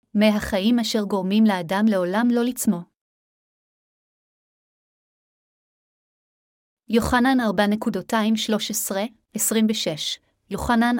מי החיים אשר גורמים לאדם לעולם לא לצמו. יוחנן 4.2-13-26, יוחנן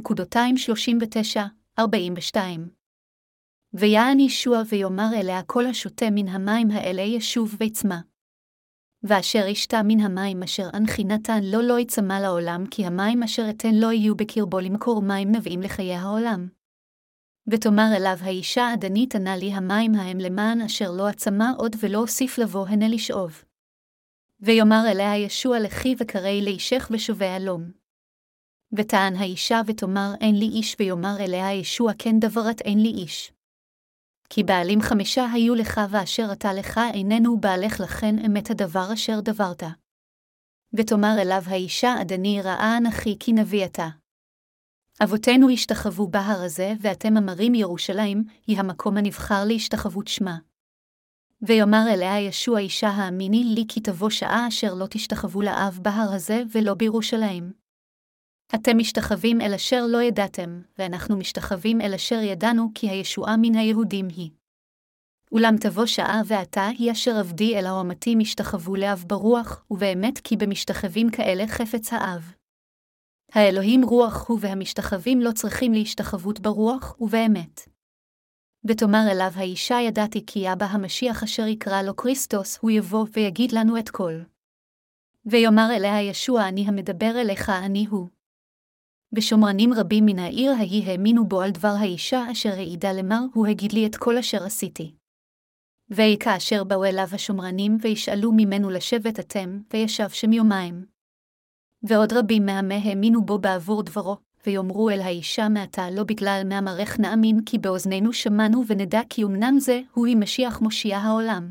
4.2-39-42. ויען ישוע ויאמר אליה כל השותה מן המים האלה ישוב ויצמא. ואשר ישתה מן המים אשר אנכי נתן לו לא יצמא לעולם, כי המים אשר אתן לא יהיו בקרבו למקור מים נביאים לחיי העולם. ותאמר אליו האישה עדנית ענה לי המים ההם למען אשר לא עצמה עוד ולא אוסיף לבוא הנה לשאוב. ויאמר אליה ישוע לכי וקראי לאישך ושובי אלום. וטען האישה ותאמר אין לי איש, ויאמר אליה ישוע כן דברת אין לי איש. כי בעלים 5 היו לך ואשר אתה לך איננו בעלך, לכן אמת הדבר אשר דברת. ותאמר אליו האישה אדני ראה אנכי כי נביא אתה. אבותינו השתחוו בהר הזה, ואתם אמרים ירושלים היא המקום הנבחר להשתחוות שמה. ויאמר אליה ישוע אישה האמיני לי כי תבוא שעה אשר לא תשתחוו לאב בהר הזה ולא בירושלים. אתם משתחווים אל אשר לא ידעתם, ואנחנו משתחווים אל אשר ידענו, כי הישועה מן היהודים היא. אולם תבוא שעה ועתה היא אשר עבדי אל האומתים משתחוו לאב ברוח, ובאמת כי במשתחווים כאלה חפץ האב. האלוהים רוח הוא, והמשתחווים לא צריכים להשתחוות ברוח ובאמת. ותאמר אליו האישה ידעתי כי אבא המשיח אשר יקרא לו כריסטוס הוא יבוא ויגיד לנו את כל. ויאמר אליה ישוע אני המדבר אליך אני הוא. ושומרנים רבים מן העיר ההיא האמינו בו על דבר האישה אשר העידה למר הוא הגיד לי את כל אשר עשיתי. ויהי כאשר באו אליו השומרנים וישאלו ממנו לשבת אתם, וישב שם יומיים. ועוד רבים מעמי האמינו בו בעבור דברו, ויאמרו אל האישה מעתה לא בגלל מאמרך נאמין כי באוזנינו שמענו ונדע כי אמנם זה הוא משיח מושיע העולם.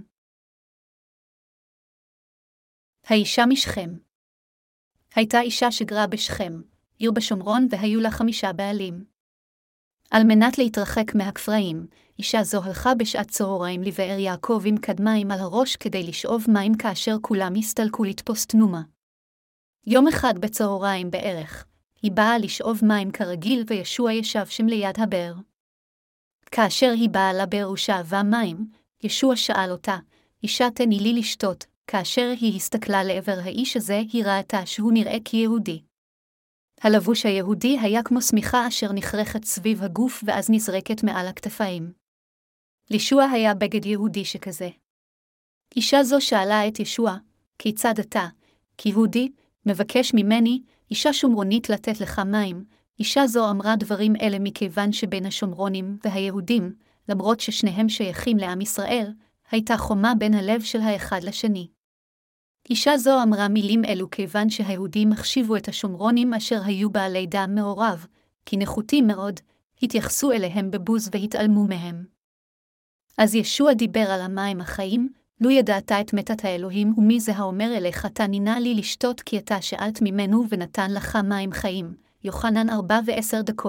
האישה משכם. הייתה אישה שגרה בשכם, עיר בשומרון, והיו לה 5 בעלים. על מנת להתרחק מהכפריים, אישה זו הלכה בשעת צהריים לבאר יעקב עם כד מים על הראש כדי לשאוב מים כאשר כולם הסתלקו לתפוס תנומה. יום אחד בצהריים בערך, היא באה לשאוב מים כרגיל וישוע ישב שם ליד הבאר. כאשר היא באה לבאר ושאבה מים, ישוע שאל אותה, אישה תני לי לשתות, כאשר היא הסתכלה לעבר האיש הזה היא ראתה שהוא נראה כיהודי. הלבוש היהודי היה כמו שמיכה אשר נחרכת סביב הגוף ואז נזרקת מעל הכתפיים. לישוע היה בגד יהודי שכזה. אישה זו שאלה את ישוע, כיצד אתה, כיהודי, מבקש ממני, אישה שומרונית לתת לך מים? אישה זו אמרה דברים אלה מכיוון שבין השומרונים והיהודים, למרות ששניהם שייכים לעם ישראל, הייתה חומה בין הלב של האחד לשני. אישה זו אמרה מילים אלו כיוון שהיהודים החשיבו את השומרונים אשר היו בעלי דם מעורב, כי נחותים מאוד, התייחסו אליהם בבוז והתעלמו מהם. אז ישוע דיבר על המים החיים, לו ידעת את מתת האלוהים ומי זה האומר אליך תנינה לי לשתות כי אתה שאלת ממנו ונתן לך מים חיים, יוחנן 4:10.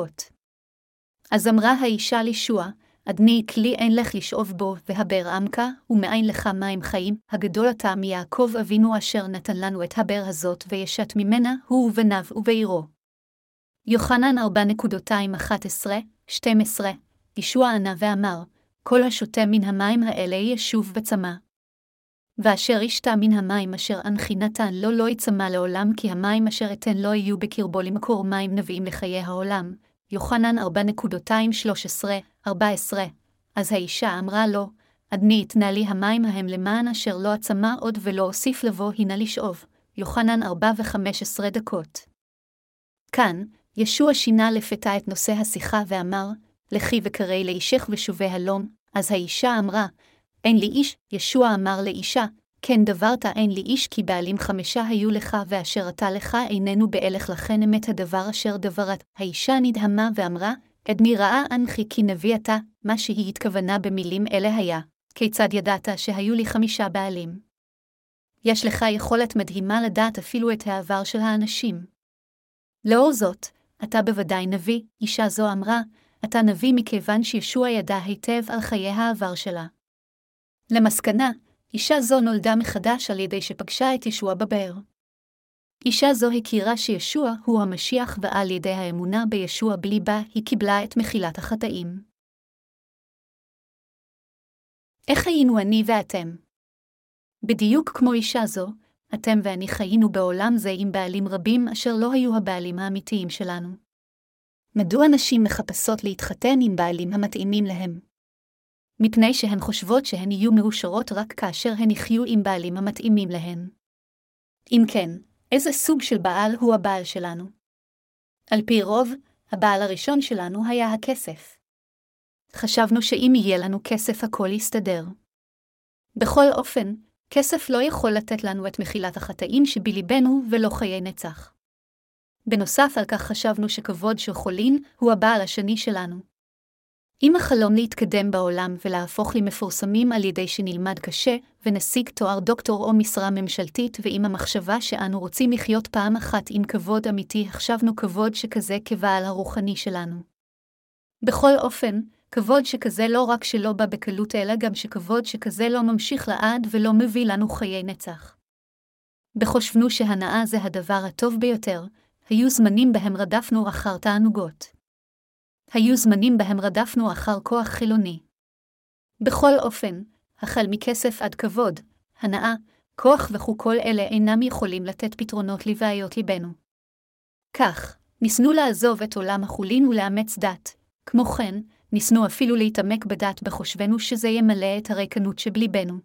אז אמרה האישה לישוע, אדני כלי אין לך לשאוב בו, והבאר עמקה, ומאין לך מים חיים, הגדול אתה מיעקב אבינו אשר נתן לנו את הבאר הזאת וישת ממנה, הוא ובניו ובעירו. יוחנן 4.2-11-12, ישוע ענה ואמר, כל השותה מן המים האלה ישוב וצמא. ואשר ישתה מן המים אשר אנכי נתן לו לא יצמא לעולם, כי המים אשר אתן לא יהיו בקרבו למקור מים נביאים לחיי העולם. יוחנן 4.13-14. אז האישה אמרה לו, אדני תנה לי המים ההם למען אשר לא עצמה עוד ולא אוסיף לבוא הנה לשאוב. יוחנן 4:15. כאן, ישוע שינה לפתע את נושא השיחה ואמר, לכי וקראי לאישך ושובי אלום. אז האישה אמרה, אין לי איש. ישוע אמר לאישה, כן דברת אין לי איש כי בעלים 5 היו לך ואשר אתה לך איננו בעלך, לכן אמת הדבר אשר דברת. האישה נדהמה ואמרה, אדני ראה אנכי כי נביא אתה. מה שהיא התכוונה במילים אלה היה, כיצד ידעת שהיו לי 5 בעלים? יש לך יכולת מדהימה לדעת אפילו את העבר של האנשים. לאור זאת, אתה בוודאי נביא. אישה זו אמרה, אתה נביא מכיוון שישוע ידע היטב על חיי העבר שלה. למסקנה, אישה זו נולדה מחדש על ידי שפגשה את ישוע בבאר. אישה זו הכירה שישוע הוא המשיח ועל ידי האמונה בישוע בליבה היא קיבלה את מחילת החטאים. איך היינו אני ואתם? בדיוק כמו אישה זו, אתם ואני חיינו בעולם זה עם בעלים רבים אשר לא היו הבעלים האמיתיים שלנו. מדוע נשים מחפשות להתחתן עם בעלים המתאימים להם? מפני שהן חושבות שהן יהיו מאושרות רק כאשר הן יחיו עם בעלים המתאימים להן. אם כן, איזה סוג של בעל הוא הבעל שלנו? על פי רוב, הבעל הראשון שלנו היה הכסף. חשבנו שאם יהיה לנו כסף הכל יסתדר. בכל אופן, כסף לא יכול לתת לנו את מחילת החטאים שבליבנו ולא חיי נצח. בנוסף על כך חשבנו שכבוד של חולין הוא הבעל השני שלנו. אם החלום להתקדם בעולם ולהפוך למפורסמים על ידי שנלמד קשה ונשיג תואר דוקטור או משרה ממשלתית ועם המחשבה שאנו רוצים לחיות פעם אחת עם כבוד אמיתי, חשבנו כבוד שכזה כבעל הרוחני שלנו. בכל אופן, כבוד שכזה לא רק שלא בא בקלות אלא גם שכבוד שכזה לא ממשיך לעד ולא מביא לנו חיי נצח. בחושבנו שהנאה זה הדבר הטוב ביותר, היו זמנים בהם רדפנו אחר תענוגות. היו זמנים בהם רדפנו אחר כוח חילוני. בכל אופן, החל מכסף עד כבוד, הנאה, כוח וכו' כל אלה אינם יכולים לתת פתרונות לבעיות ליבנו. כך, ניסנו לעזוב את עולם החולין ולאמץ דת. כמו כן, ניסנו אפילו להתעמק בדת בחושבנו שזה ימלא את הריקנות שבליבנו.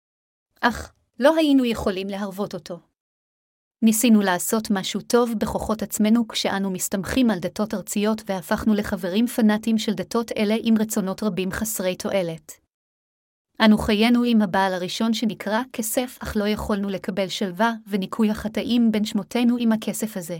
אך, לא היינו יכולים להרוות אותו. ניסינו לעשות משהו טוב בכוחות עצמנו כשאנו מסתמכים על דתות ארציות והפכנו לחברים פנאטים של דתות אלה עם רצונות רבים חסרי תועלת. אנו חיינו עם הבעל הראשון שנקרא כסף, אך לא יכולנו לקבל שלווה וניקוי החטאים בין שמותינו עם הכסף הזה.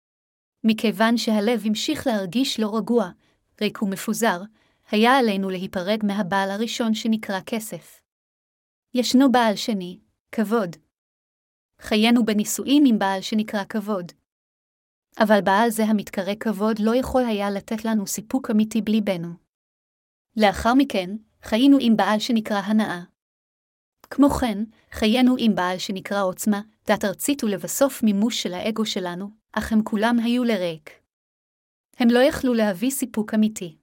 מכיוון שהלב המשיך להרגיש לא רגוע, ריק ומפוזר, היה עלינו להיפרד מהבעל הראשון שנקרא כסף. ישנו בעל שני, כבוד. חיינו בנישואין עם בעל שנקרא כבוד. אבל בעל זה המתקרא כבוד לא יכול היה לתת לנו סיפוק אמיתי בליבנו. לאחר מכן, חיינו עם בעל שנקרא הנאה. כמו כן, חיינו עם בעל שנקרא עוצמה, דת ארצית ולבסוף מימוש של האגו שלנו, אך הם כולם היו לריק. הם לא יכלו להביא סיפוק אמיתי.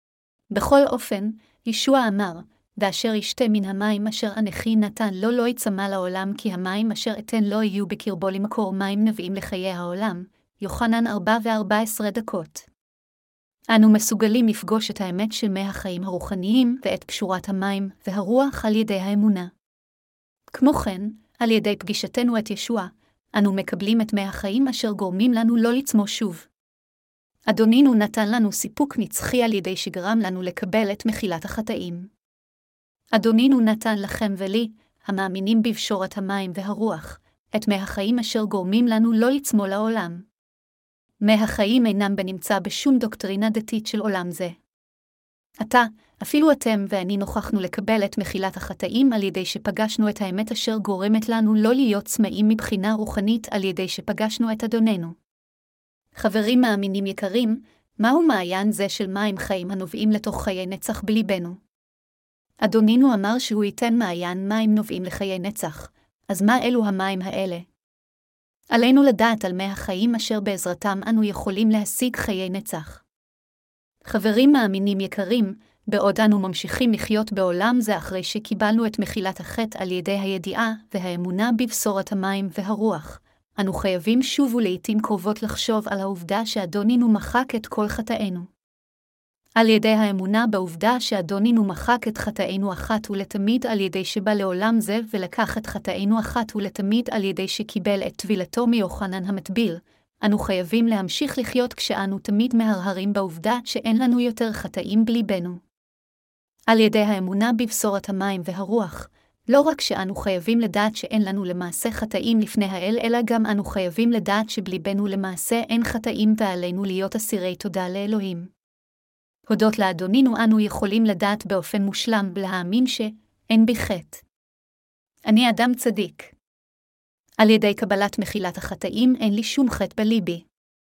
בכל אופן, ישוע אמר, ואשר ישתה מן המים אשר אנכי נתן לא יצמא לעולם, כי המים אשר אתן לא יהיו בקרבו למקור מים נביאים לחיי העולם. יוחנן 4:14. אנו מסוגלים לפגוש את האמת של מי החיים הרוחניים ואת קשורת המים והרוח על ידי האמונה. כמו כן, על ידי פגישתנו את ישוע, אנו מקבלים את מי החיים אשר גורמים לנו לא לצמא שוב. אדונינו נתן לנו סיפוק נצחי על ידי שגרם לנו לקבל את מחילת החטאים. אדונינו נתן לכם ולי, המאמינים בבשורת המים והרוח, את מי החיים אשר גורמים לנו לא לצמא לעולם. מי החיים אינם בנמצא בשום דוקטרינה דתית של עולם זה. עתה, אפילו אתם ואני נוכחנו לקבל את מחילת החטאים על ידי שפגשנו את האמת אשר גורמת לנו לא להיות צמאים מבחינה רוחנית על ידי שפגשנו את אדוננו. חברים מאמינים יקרים, מהו מעיין זה של מים חיים הנובעים לתוך חיי נצח בליבנו? אדונינו אמר שהוא ייתן מעיין מים נובעים לחיי נצח, אז מה אלו המים האלה? עלינו לדעת על מי החיים אשר בעזרתם אנו יכולים להשיג חיי נצח. חברים מאמינים יקרים, בעוד אנו ממשיכים לחיות בעולם זה אחרי שקיבלנו את מחילת החטא על ידי הידיעה והאמונה בבשורת המים והרוח, אנו חייבים שוב ולעיתים קרובות לחשוב על העובדה שאדונינו מחק את כל חטאינו. על ידי האמונה בעובדה שאדונינו מחק את חטאינו אחת ולתמיד על ידי שבא לעולם זה ולקח את חטאינו אחת ולתמיד על ידי שקיבל את טבילתו מיוחנן המטביל, אנו חייבים להמשיך לחיות כשאנו תמיד מהרהרים בעובדה שאין לנו יותר חטאים בליבנו. על ידי האמונה בבשורת המים והרוח, לא רק שאנו חייבים לדעת שאין לנו למעשה חטאים לפני האל, אלא גם אנו חייבים לדעת שבליבנו למעשה אין חטאים ועלינו להיות אסירי תודה לאלוהים. הודות לאדונינו אנו יכולים לדעת באופן מושלם ולהאמין שאין בי חטא. אני אדם צדיק. על ידי קבלת מחילת החטאים אין לי שום חטא בליבי.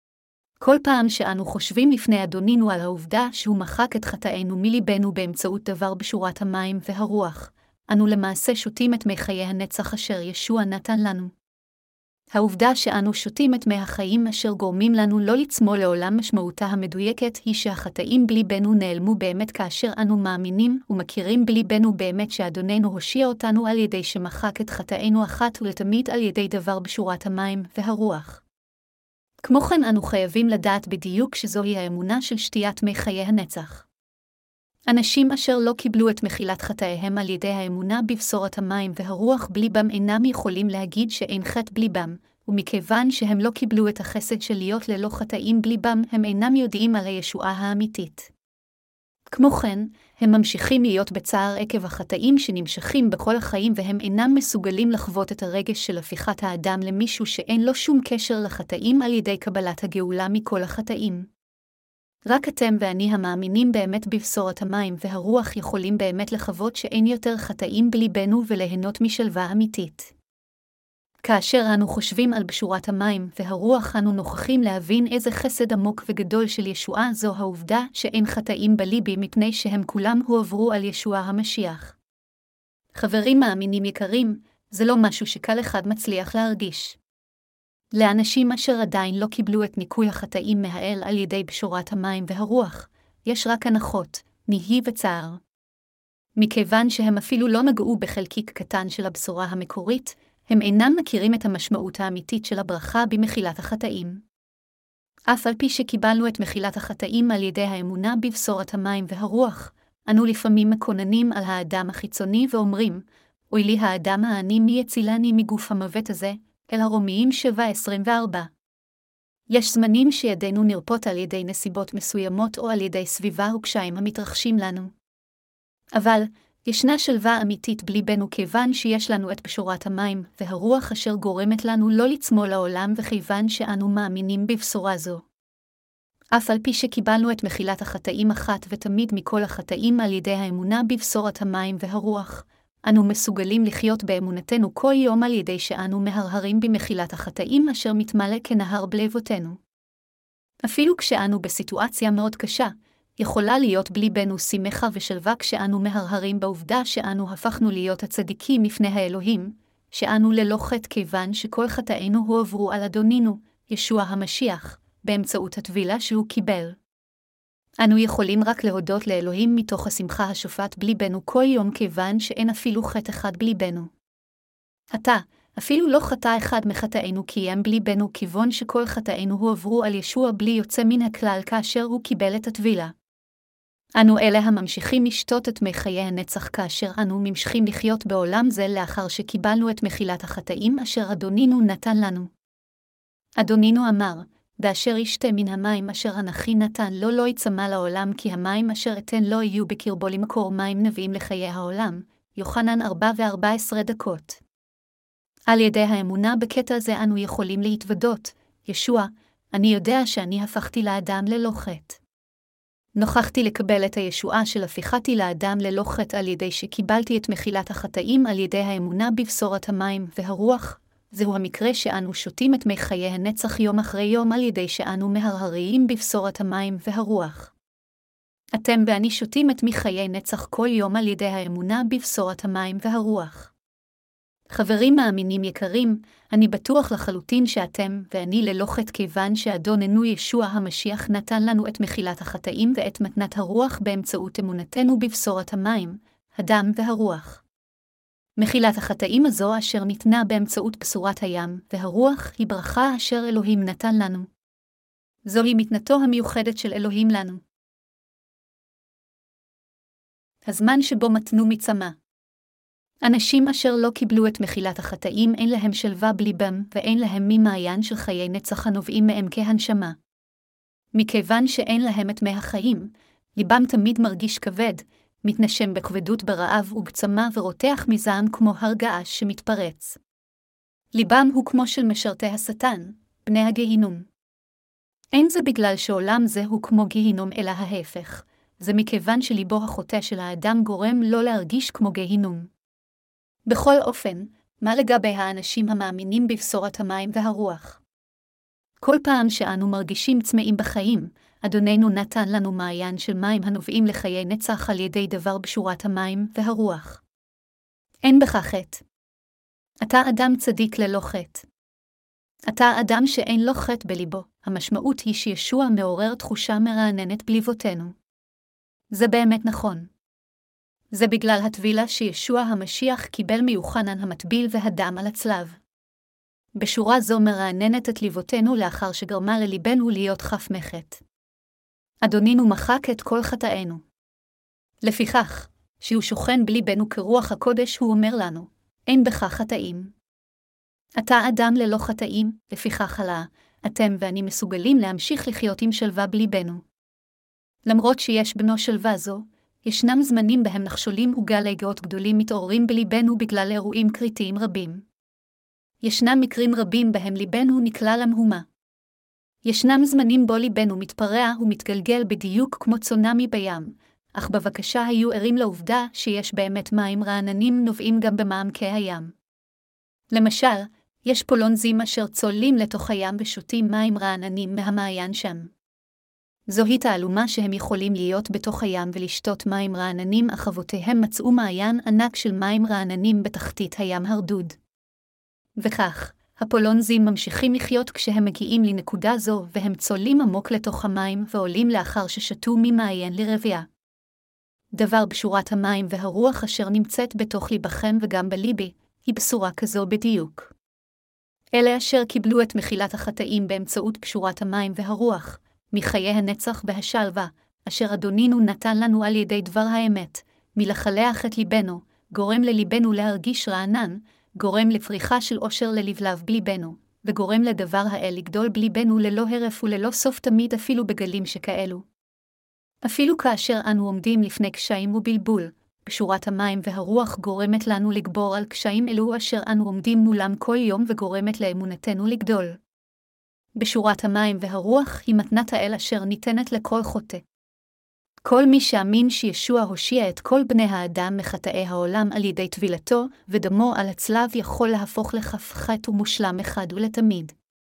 כל פעם שאנו חושבים לפני אדונינו על העובדה שהוא מחק את חטאינו מליבנו באמצעות דבר בשורת המים והרוח, אנו למעשה שותים את מי חיי הנצח אשר ישוע נתן לנו. העובדה שאנו שותים את מי החיים אשר גורמים לנו לא לצמוא לעולם משמעותה המדויקת היא שהחטאים בליבנו נעלמו באמת כאשר אנו מאמינים ומכירים בליבנו באמת שאדוננו הושיע אותנו על ידי שמחק את חטאינו אחת ולתמיד על ידי דבר בשורת המים והרוח. כמו כן אנו חייבים לדעת בדיוק שזוהי האמונה של שתיית מי חיי הנצח. אנשים אשר לא קיבלו את מחילת חטאיהם על ידי האמונה בבשורת המים והרוח בליבם אינם יכולים להגיד שאין חטא בליבם, ומכיוון שהם לא קיבלו את החסד של להיות ללא חטאים בליבם, הם אינם יודעים על הישועה האמיתית. כמו כן, הם ממשיכים להיות בצער עקב החטאים שנמשכים בכל החיים והם אינם מסוגלים לחוות את הרגש של הפיכת האדם למישהו שאין לו שום קשר לחטאים על ידי קבלת הגאולה מכל החטאים. רק אתם ואני המאמינים באמת בבשורת המים והרוח יכולים באמת לחוות שאין יותר חטאים בליבנו וליהנות משלווה אמיתית. כאשר אנו חושבים על בשורת המים והרוח אנו נוכחים להבין איזה חסד עמוק וגדול של ישועה זו העובדה שאין חטאים בליבי מפני שהם כולם הועברו על ישוע המשיח. חברים מאמינים יקרים, זה לא משהו שקל אחד מצליח להרגיש. לאנשים אשר עדיין לא קיבלו את ניקוי החטאים מהאל על ידי בשורת המים והרוח, יש רק הנחות, ניהי וצער. מכיוון שהם אפילו לא נגעו בחלקיק קטן של הבשורה המקורית, הם אינם מכירים את המשמעות האמיתית של הברכה במחילת החטאים. אף על פי שקיבלנו את מחילת החטאים על ידי האמונה בבשורת המים והרוח, אנו לפעמים מקוננים על האדם החיצוני ואומרים, אוי לי האדם העני מי יצילני מגוף המוות הזה, אל הרומיים 7:24. יש זמנים שידינו נרפות על ידי נסיבות מסוימות או על ידי סביבה וקשיים המתרחשים לנו. אבל, ישנה שלווה אמיתית בליבנו כיוון שיש לנו את בשורת המים והרוח אשר גורמת לנו לא לצמוא לעולם וכיוון שאנו מאמינים בבשורה זו. אף על פי שקיבלנו את מחילת החטאים אחת ותמיד מכל החטאים על ידי האמונה בבשורת המים והרוח, אנו מסוגלים לחיות באמונתנו כל יום על ידי שאנו מהרהרים במחילת החטאים אשר מתמלא כנהר בלבותינו. אפילו כשאנו בסיטואציה מאוד קשה, יכולה להיות בליבנו שמחה ושלווה כשאנו מהרהרים בעובדה שאנו הפכנו להיות הצדיקים לפני האלוהים, שאנו ללא חטא כיוון שכל חטאינו הועברו על אדונינו, ישוע המשיח, באמצעות הטבילה שהוא קיבל. אנו יכולים רק להודות לאלוהים מתוך השמחה השופעת בליבנו כל יום כיוון שאין אפילו חטא אחד בליבנו. עתה, אפילו לא חטא אחד מחטאינו קיים בליבנו כיוון שכל חטאינו הועברו על ישוע בלי יוצא מן הכלל כאשר הוא קיבל את הטבילה. אנו אלה הממשיכים לשתות את מי חיי הנצח כאשר אנו ממשיכים לחיות בעולם זה לאחר שקיבלנו את מחילת החטאים אשר אדונינו נתן לנו. אדונינו אמר, באשר ישתה מן המים אשר אנכי נתן לו לא יצמא לעולם כי המים אשר אתן לא יהיו בקרבו למקור מים נביאים לחיי העולם. יוחנן 4:14. על ידי האמונה בקטע זה אנו יכולים להתוודות, ישוע, אני יודע שאני הפכתי לאדם ללא חטא. נוכחתי לקבל את הישועה של הפיכתי לאדם ללא חטא על ידי שקיבלתי את מחילת החטאים על ידי האמונה בבשורת המים והרוח. זהו המקרה שאנו שותים את מי חיי הנצח יום אחרי יום על ידי שאנו מהרהרים בבשורת המים והרוח. אתם ואני שותים את מי חיי נצח כל יום על ידי האמונה בבשורת המים והרוח. חברים מאמינים יקרים, אני בטוח לחלוטין שאתם ואני ללא חטא כיוון שאדוננו ישוע המשיח נתן לנו את מחילת החטאים ואת מתנת הרוח באמצעות אמונתנו בבשורת המים, הדם והרוח. מחילת החטאים הזו אשר ניתנה באמצעות בשורת הים והרוח היא ברכה אשר אלוהים נתן לנו. זוהי מתנתו המיוחדת של אלוהים לנו. הזמן שבו מתנו מצמא. אנשים אשר לא קיבלו את מחילת החטאים אין להם שלווה בליבם ואין להם ממעיין של חיי נצח הנובעים מעמקי הנשמה. מכיוון שאין להם את מי החיים, ליבם תמיד מרגיש כבד, מתנשם בכבדות ברעב ובצמא ורותח מזעם כמו הר געש שמתפרץ. ליבם הוא כמו של משרתי השטן, בני הגהינום. אין זה בגלל שעולם זה הוא כמו גיהינום אלא ההפך, זה מכיוון שליבו החוטא של האדם גורם לא להרגיש כמו גיהינום. בכל אופן, מה לגבי האנשים המאמינים בבשורת המים והרוח? כל פעם שאנו מרגישים צמאים בחיים, אדוננו נתן לנו מעיין של מים הנובעים לחיי נצח על ידי דבר בשורת המים והרוח. אין בך חטא. אתה אדם צדיק ללא חטא. אתה אדם שאין לו חטא בליבו, המשמעות היא שישוע מעורר תחושה מרעננת בליבותינו. זה באמת נכון. זה בגלל הטבילה שישוע המשיח קיבל מיוחנן המטביל והדם על הצלב. בשורה זו מרעננת את ליבותינו לאחר שגרמה לליבנו להיות חף מחטא. אדונינו מחק את כל חטאינו. לפיכך, שהוא שוכן בליבנו כרוח הקודש, הוא אומר לנו, אין בך חטאים. אתה אדם ללא חטאים, לפיכך הלאה, אתם ואני מסוגלים להמשיך לחיות עם שלווה בליבנו. למרות שיש בנו שלווה זו, ישנם זמנים בהם נחשולים וגלי גאות גדולים מתעוררים בליבנו בגלל אירועים קריטיים רבים. ישנם מקרים רבים בהם ליבנו נקלע למהומה. ישנם זמנים בו ליבנו מתפרע ומתגלגל בדיוק כמו צונאמי בים, אך בבקשה היו ערים לעובדה שיש באמת מים רעננים נובעים גם במעמקי הים. למשל, יש פולונזים אשר צוללים לתוך הים ושותים מים רעננים מהמעיין שם. זוהי תעלומה שהם יכולים להיות בתוך הים ולשתות מים רעננים, אך אבותיהם מצאו מעיין ענק של מים רעננים בתחתית הים הרדוד. וכך, הפולונזים ממשיכים לחיות כשהם מגיעים לנקודה זו, והם צוללים עמוק לתוך המים ועולים לאחר ששתו ממעיין לרבייה. דבר בשורת המים והרוח אשר נמצאת בתוך ליבכם וגם בליבי, היא בשורה כזו בדיוק. אלה אשר קיבלו את מחילת החטאים באמצעות בשורת המים והרוח, מחיי הנצח והשלווה, אשר אדונינו נתן לנו על ידי דבר האמת, מלחלח את ליבנו, גורם לליבנו להרגיש רענן, גורם לפריחה של אושר ללבלב בליבנו, וגורם לדבר האל לגדול בליבנו ללא הרף וללא סוף תמיד אפילו בגלים שכאלו. אפילו כאשר אנו עומדים לפני קשיים ובלבול, בשורת המים והרוח גורמת לנו לגבור על קשיים אלו אשר אנו עומדים מולם כל יום וגורמת לאמונתנו לגדול. בשורת המים והרוח היא מתנת האל אשר ניתנת לכל חוטא. כל מי שאמין שישוע הושיע את כל בני האדם מחטאי העולם על ידי טבילתו ודמו על הצלב יכול להפוך לכף חטא ומושלם אחד ולתמיד.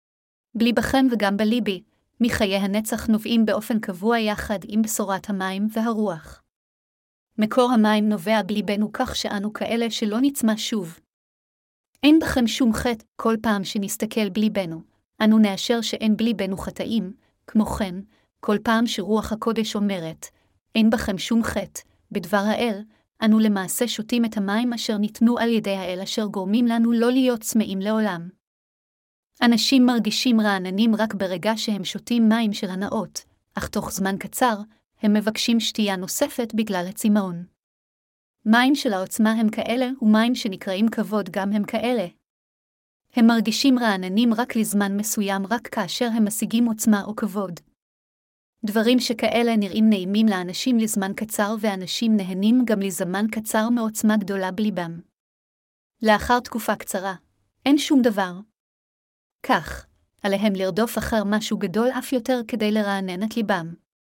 בליבכם וגם בליבי, מחיי הנצח נובעים באופן קבוע יחד עם בשורת המים והרוח. מקור המים נובע בליבנו כך שאנו כאלה שלא נצמא שוב. אין בכם שום חטא, כל פעם שנסתכל בליבנו, אנו נאשר שאין בליבנו חטאים, כמו כן, כל פעם שרוח הקודש אומרת, אין בכם שום חטא, בדבר האל, אנו למעשה שותים את המים אשר ניתנו על ידי האל אשר גורמים לנו לא להיות צמאים לעולם. אנשים מרגישים רעננים רק ברגע שהם שותים מים של הנאות, אך תוך זמן קצר, הם מבקשים שתייה נוספת בגלל הצמאון. מים של העוצמה הם כאלה, ומים שנקראים כבוד גם הם כאלה. הם מרגישים רעננים רק לזמן מסוים רק כאשר הם משיגים עוצמה או כבוד. דברים שכאלה נראים נעימים לאנשים לזמן קצר, ואנשים נהנים גם לזמן קצר מעוצמה גדולה בליבם. לאחר תקופה קצרה, אין שום דבר. כך, עליהם לרדוף אחר משהו גדול אף יותר כדי לרענן את ליבם.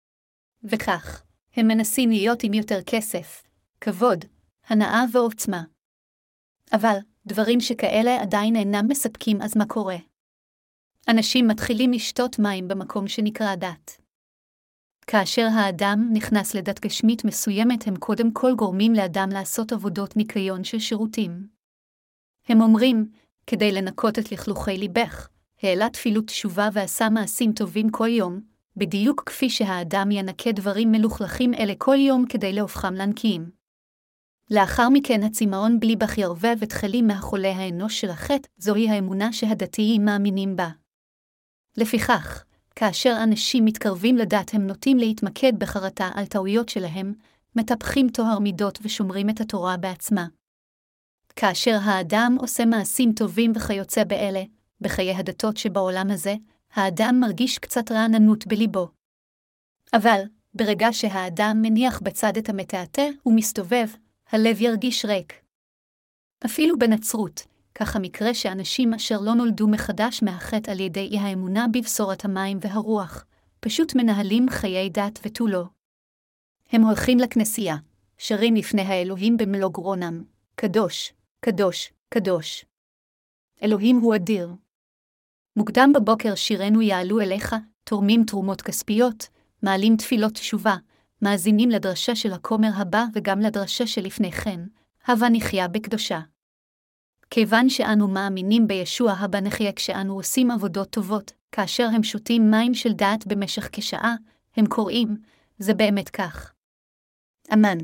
וכך, הם מנסים להיות עם יותר כסף, כבוד, הנאה ועוצמה. אבל, דברים שכאלה עדיין אינם מספקים, אז מה קורה? אנשים מתחילים לשתות מים במקום שנקרא דת. כאשר האדם נכנס לדת גשמית מסוימת, הם קודם כל גורמים לאדם לעשות עבודות ניקיון של שירותים. הם אומרים, כדי לנקות את לכלוכי ליבך, העלה תפילות תשובה ועשה מעשים טובים כל יום, בדיוק כפי שהאדם ינקה דברים מלוכלכים אלה כל יום כדי להופכם לנקיים. לאחר מכן הצמאון בליבך ירבב ותחלים מהחולה האנוש של החטא, זוהי האמונה שהדתיים מאמינים בה. לפיכך, כאשר אנשים מתקרבים לדת הם נוטים להתמקד בחרטה על טעויות שלהם, מטפחים טוהר מידות ושומרים את התורה בעצמה. כאשר האדם עושה מעשים טובים וכיוצא באלה, בחיי הדתות שבעולם הזה, האדם מרגיש קצת רעננות בליבו. אבל, ברגע שהאדם מניח בצד את המתעתע ומסתובב, הלב ירגיש ריק. אפילו בנצרות, כך המקרה שאנשים אשר לא נולדו מחדש מהחטא על ידי אי האמונה בבשורת המים והרוח, פשוט מנהלים חיי דת ותו לא. הם הולכים לכנסייה, שרים לפני האלוהים במלוא גרונם, קדוש, קדוש, קדוש. אלוהים הוא אדיר. מוקדם בבוקר שירנו יעלו אליך, תורמים תרומות כספיות, מעלים תפילות תשובה, מאזינים לדרשה של הכומר הבא וגם לדרשה שלפני כן, הבה נחיה בקדושה. כיוון שאנו מאמינים בישוע הבא נחיה כשאנו עושים עבודות טובות, כאשר הם שותים מים של דעת במשך כשעה, הם קוראים, זה באמת כך. אמן.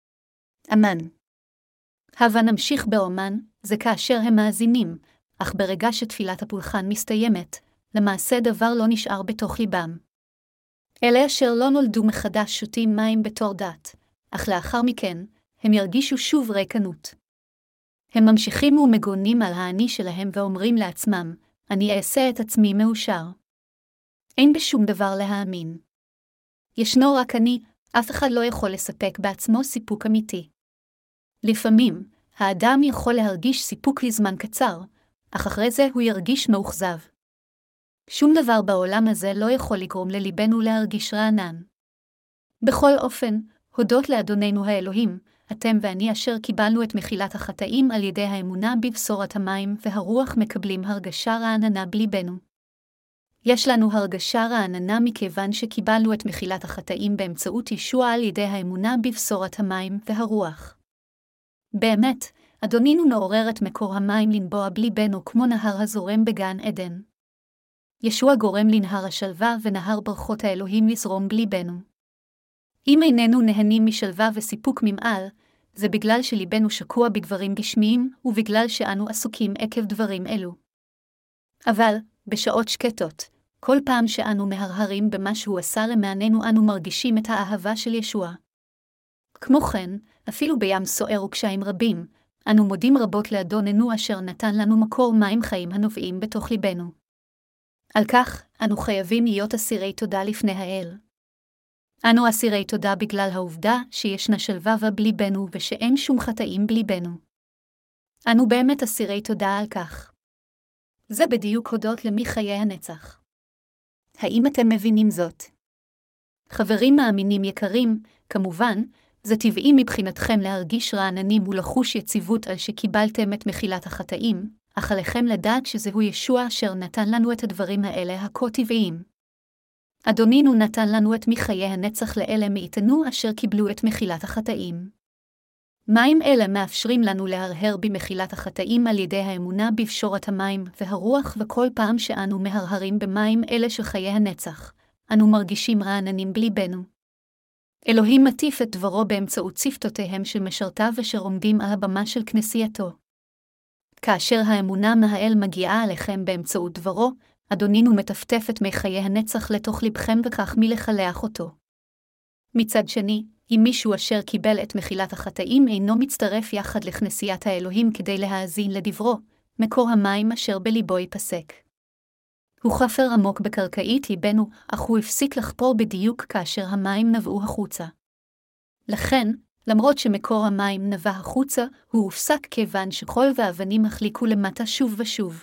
אמן. הבה נמשיך באומן, זה כאשר הם מאזינים, אך ברגע שתפילת הפולחן מסתיימת, למעשה דבר לא נשאר בתוך ליבם. אלה אשר לא נולדו מחדש שותים מים בתור דת, אך לאחר מכן, הם ירגישו שוב ריקנות. הם ממשיכים ומגונים על האני שלהם ואומרים לעצמם, אני אעשה את עצמי מאושר. אין בשום דבר להאמין. ישנו רק אני, אף אחד לא יכול לספק בעצמו סיפוק אמיתי. לפעמים, האדם יכול להרגיש סיפוק לזמן קצר, אך אחרי זה הוא ירגיש מאוכזב. שום דבר בעולם הזה לא יכול לגרום לליבנו להרגיש רענן. בכל אופן, הודות לאדוננו האלוהים, אתם ואני אשר קיבלנו את מחילת החטאים על ידי האמונה בבשורת המים והרוח מקבלים הרגשה רעננה בליבנו. יש לנו הרגשה רעננה מכיוון שקיבלנו את מחילת החטאים באמצעות ישוע על ידי האמונה בבשורת המים והרוח. באמת, אדונינו מעורר את מקור המים לנבוע בליבנו כמו נהר הזורם בגן עדן. ישוע גורם לנהר השלווה ונהר ברכות האלוהים לזרום בליבנו. אם איננו נהנים משלווה וסיפוק ממעל, זה בגלל שליבנו שקוע בדברים גשמיים ובגלל שאנו עסוקים עקב דברים אלו. אבל, בשעות שקטות, כל פעם שאנו מהרהרים במה שהוא עשה למעננו אנו מרגישים את האהבה של ישוע. כמו כן, אפילו בים סוער וקשיים רבים, אנו מודים רבות לאדוננו אשר נתן לנו מקור מים חיים הנובעים בתוך ליבנו. על כך, אנו חייבים להיות אסירי תודה לפני האל. אנו אסירי תודה בגלל העובדה שישנה שלווה בליבנו ושאין שום חטאים בליבנו. אנו באמת אסירי תודה על כך. זה בדיוק הודות למי חיי הנצח. האם אתם מבינים זאת? חברים מאמינים יקרים, כמובן, זה טבעי מבחינתכם להרגיש רעננים ולחוש יציבות על שקיבלתם את מחילת החטאים, אך עליכם לדעת שזהו ישוע אשר נתן לנו את הדברים האלה הכה טבעיים. אדונינו נתן לנו את מחיי הנצח לאלה מאיתנו אשר קיבלו את מחילת החטאים. מים אלה מאפשרים לנו להרהר במחילת החטאים על ידי האמונה בבשורת המים והרוח וכל פעם שאנו מהרהרים במים אלה של חיי הנצח, אנו מרגישים רעננים בליבנו. אלוהים מטיף את דברו באמצעות שפתותיהם של משרתיו אשר עומדים על הבמה של כנסייתו. כאשר האמונה מהאל מגיעה עליכם באמצעות דברו, אדונינו מטפטף את מי חיי הנצח לתוך לבכם וכך מלחלח אותו. מצד שני, אם מישהו אשר קיבל את מחילת החטאים אינו מצטרף יחד לכנסיית האלוהים כדי להאזין לדברו, מקור המים אשר בליבו ייפסק. הוא חפר עמוק בקרקעית ליבנו, אך הוא הפסיק לחפור בדיוק כאשר המים נבעו החוצה. לכן, למרות שמקור המים נבע החוצה, הוא הופסק כיוון שחול ואבנים החליקו למטה שוב ושוב.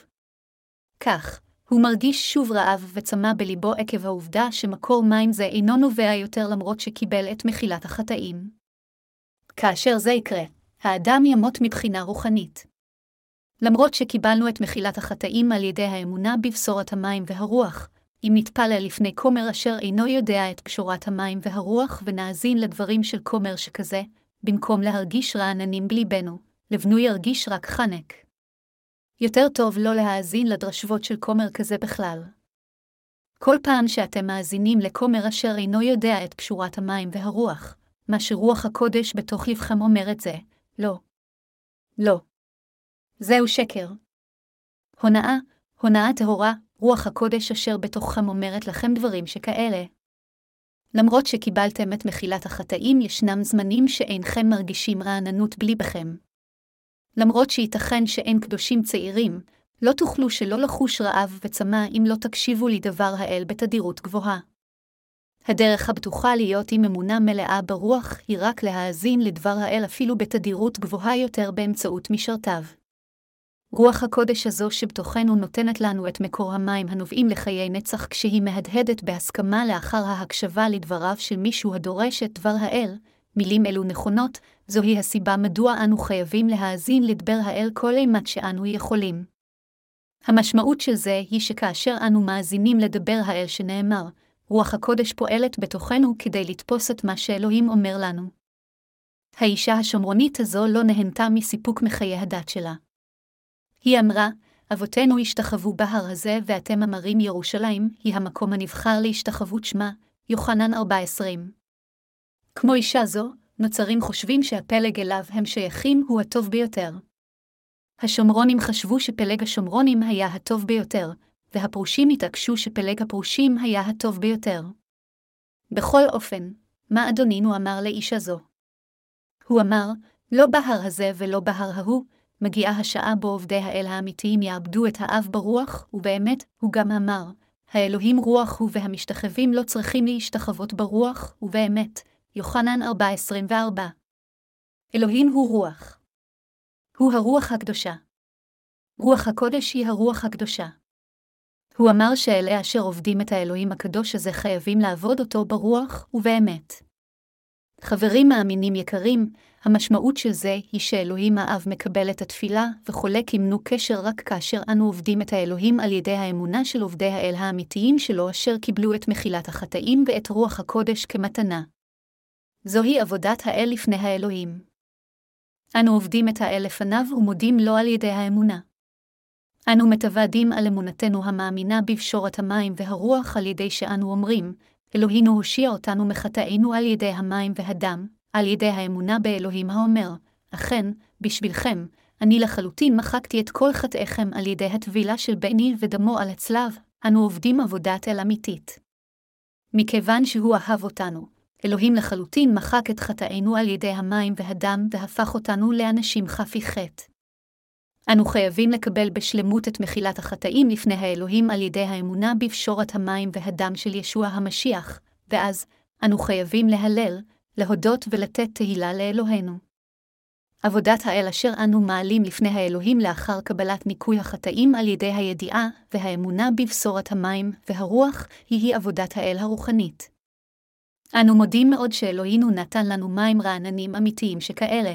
כך, הוא מרגיש שוב רעב וצמא בליבו עקב העובדה שמקור מים זה אינו נובע יותר למרות שקיבל את מחילת החטאים. כאשר זה יקרה, האדם ימות מבחינה רוחנית. למרות שקיבלנו את מחילת החטאים על ידי האמונה בבשורת המים והרוח, אם נתפלל לפני כומר אשר אינו יודע את פשורת המים והרוח ונאזין לדברים של כומר שכזה, במקום להרגיש רעננים בליבנו, לבנו ירגיש רק חנק. יותר טוב לא להאזין לדרשבות של כומר כזה בכלל. כל פעם שאתם מאזינים לכומר אשר אינו יודע את פשורת המים והרוח, מה שרוח הקודש בתוך לבכם אומר את זה, לא. לא. זהו שקר. הונאה טהורה, רוח הקודש אשר בתוככם אומרת לכם דברים שכאלה. למרות שקיבלתם את מחילת החטאים ישנם זמנים שאינכם מרגישים רעננות בליבכם. למרות שייתכן שאין קדושים צעירים, לא תוכלו שלא לחוש רעב וצמא אם לא תקשיבו לדבר האל בתדירות גבוהה. הדרך הבטוחה להיות עם אמונה מלאה ברוח היא רק להאזין לדבר האל אפילו בתדירות גבוהה יותר באמצעות משרתיו. רוח הקודש הזו שבתוכנו נותנת לנו את מקור המים הנובעים לחיי נצח כשהיא מהדהדת בהסכמה לאחר ההקשבה לדבריו של מישהו הדורש את דבר האל, מילים אלו נכונות, זוהי הסיבה מדוע אנו חייבים להאזין לדבר האל כל אימת שאנו יכולים. המשמעות של זה היא שכאשר אנו מאזינים לדבר האל שנאמר, רוח הקודש פועלת בתוכנו כדי לתפוס את מה שאלוהים אומר לנו. האישה השומרונית הזו לא נהנתה מסיפוק מחיי הדת שלה. היא אמרה, אבותינו השתחוו בהר הזה, ואתם אמרים ירושלים, היא המקום הנבחר להשתחוות שמה, יוחנן 4:20. כמו אישה זו, נוצרים חושבים שהפלג אליו הם שייכים הוא הטוב ביותר. השומרונים חשבו שפלג השומרונים היה הטוב ביותר, והפרושים התעקשו שפלג הפרושים היה הטוב ביותר. בכל אופן, מה אדונינו אמר לאישה זו? הוא אמר, לא בהר הזה ולא בהר ההוא, מגיעה השעה בו עובדי האל האמיתיים יעבדו את האב ברוח, ובאמת, הוא גם אמר, האלוהים רוח הוא והמשתחווים לא צריכים להשתחוות ברוח, ובאמת, יוחנן 4:24. אלוהים הוא רוח. הוא הרוח הקדושה. רוח הקודש היא הרוח הקדושה. הוא אמר שאלה אשר עובדים את האלוהים הקדוש הזה חייבים לעבוד אותו ברוח ובאמת. חברים מאמינים יקרים, המשמעות של זה היא שאלוהים האב מקבל את התפילה וחולק עמנו קשר רק כאשר אנו עובדים את האלוהים על ידי האמונה של עובדי האל האמיתיים שלו אשר קיבלו את מחילת החטאים ואת רוח הקודש כמתנה. זוהי עבודת האל לפני האלוהים. אנו עובדים את האל לפניו ומודים לו על ידי האמונה. אנו מתוועדים על אמונתנו המאמינה בפשורת המים והרוח על ידי שאנו אומרים, אלוהינו הושיע אותנו מחטאינו על ידי המים והדם, על ידי האמונה באלוהים האומר, אכן, בשבילכם, אני לחלוטין מחקתי את כל חטאיכם על ידי הטבילה של בני ודמו על הצלב, אנו עובדים עבודת אל אמיתית. מכיוון שהוא אהב אותנו, אלוהים לחלוטין מחק את חטאינו על ידי המים והדם והפך אותנו לאנשים חפי חטא. אנו חייבים לקבל בשלמות את מחילת החטאים לפני האלוהים על ידי האמונה בפשורת המים והדם של ישוע המשיח, ואז אנו חייבים להלל, להודות ולתת תהילה לאלוהינו. עבודת האל אשר אנו מעלים לפני האלוהים לאחר קבלת ניקוי החטאים על ידי הידיעה והאמונה בבשורת המים והרוח היא עבודת האל הרוחנית. אנו מודים מאוד שאלוהינו נתן לנו מים רעננים אמיתיים שכאלה.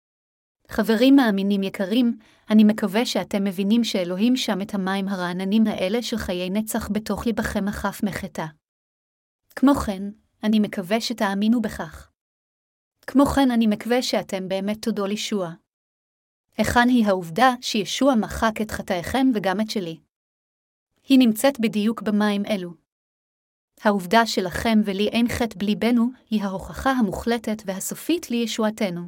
חברים מאמינים יקרים, אני מקווה שאתם מבינים שאלוהים שם את המים הרעננים האלה של חיי נצח בתוך ליבכם החף מחטא. כמו כן, אני מקווה שתאמינו בכך. כמו כן, אני מקווה שאתם באמת תודו לישוע. היכן היא העובדה שישוע מחק את חטאיכם וגם את שלי? היא נמצאת בדיוק במים אלו. העובדה שלכם ולי אין חטא בליבנו היא ההוכחה המוחלטת והסופית לישועתנו.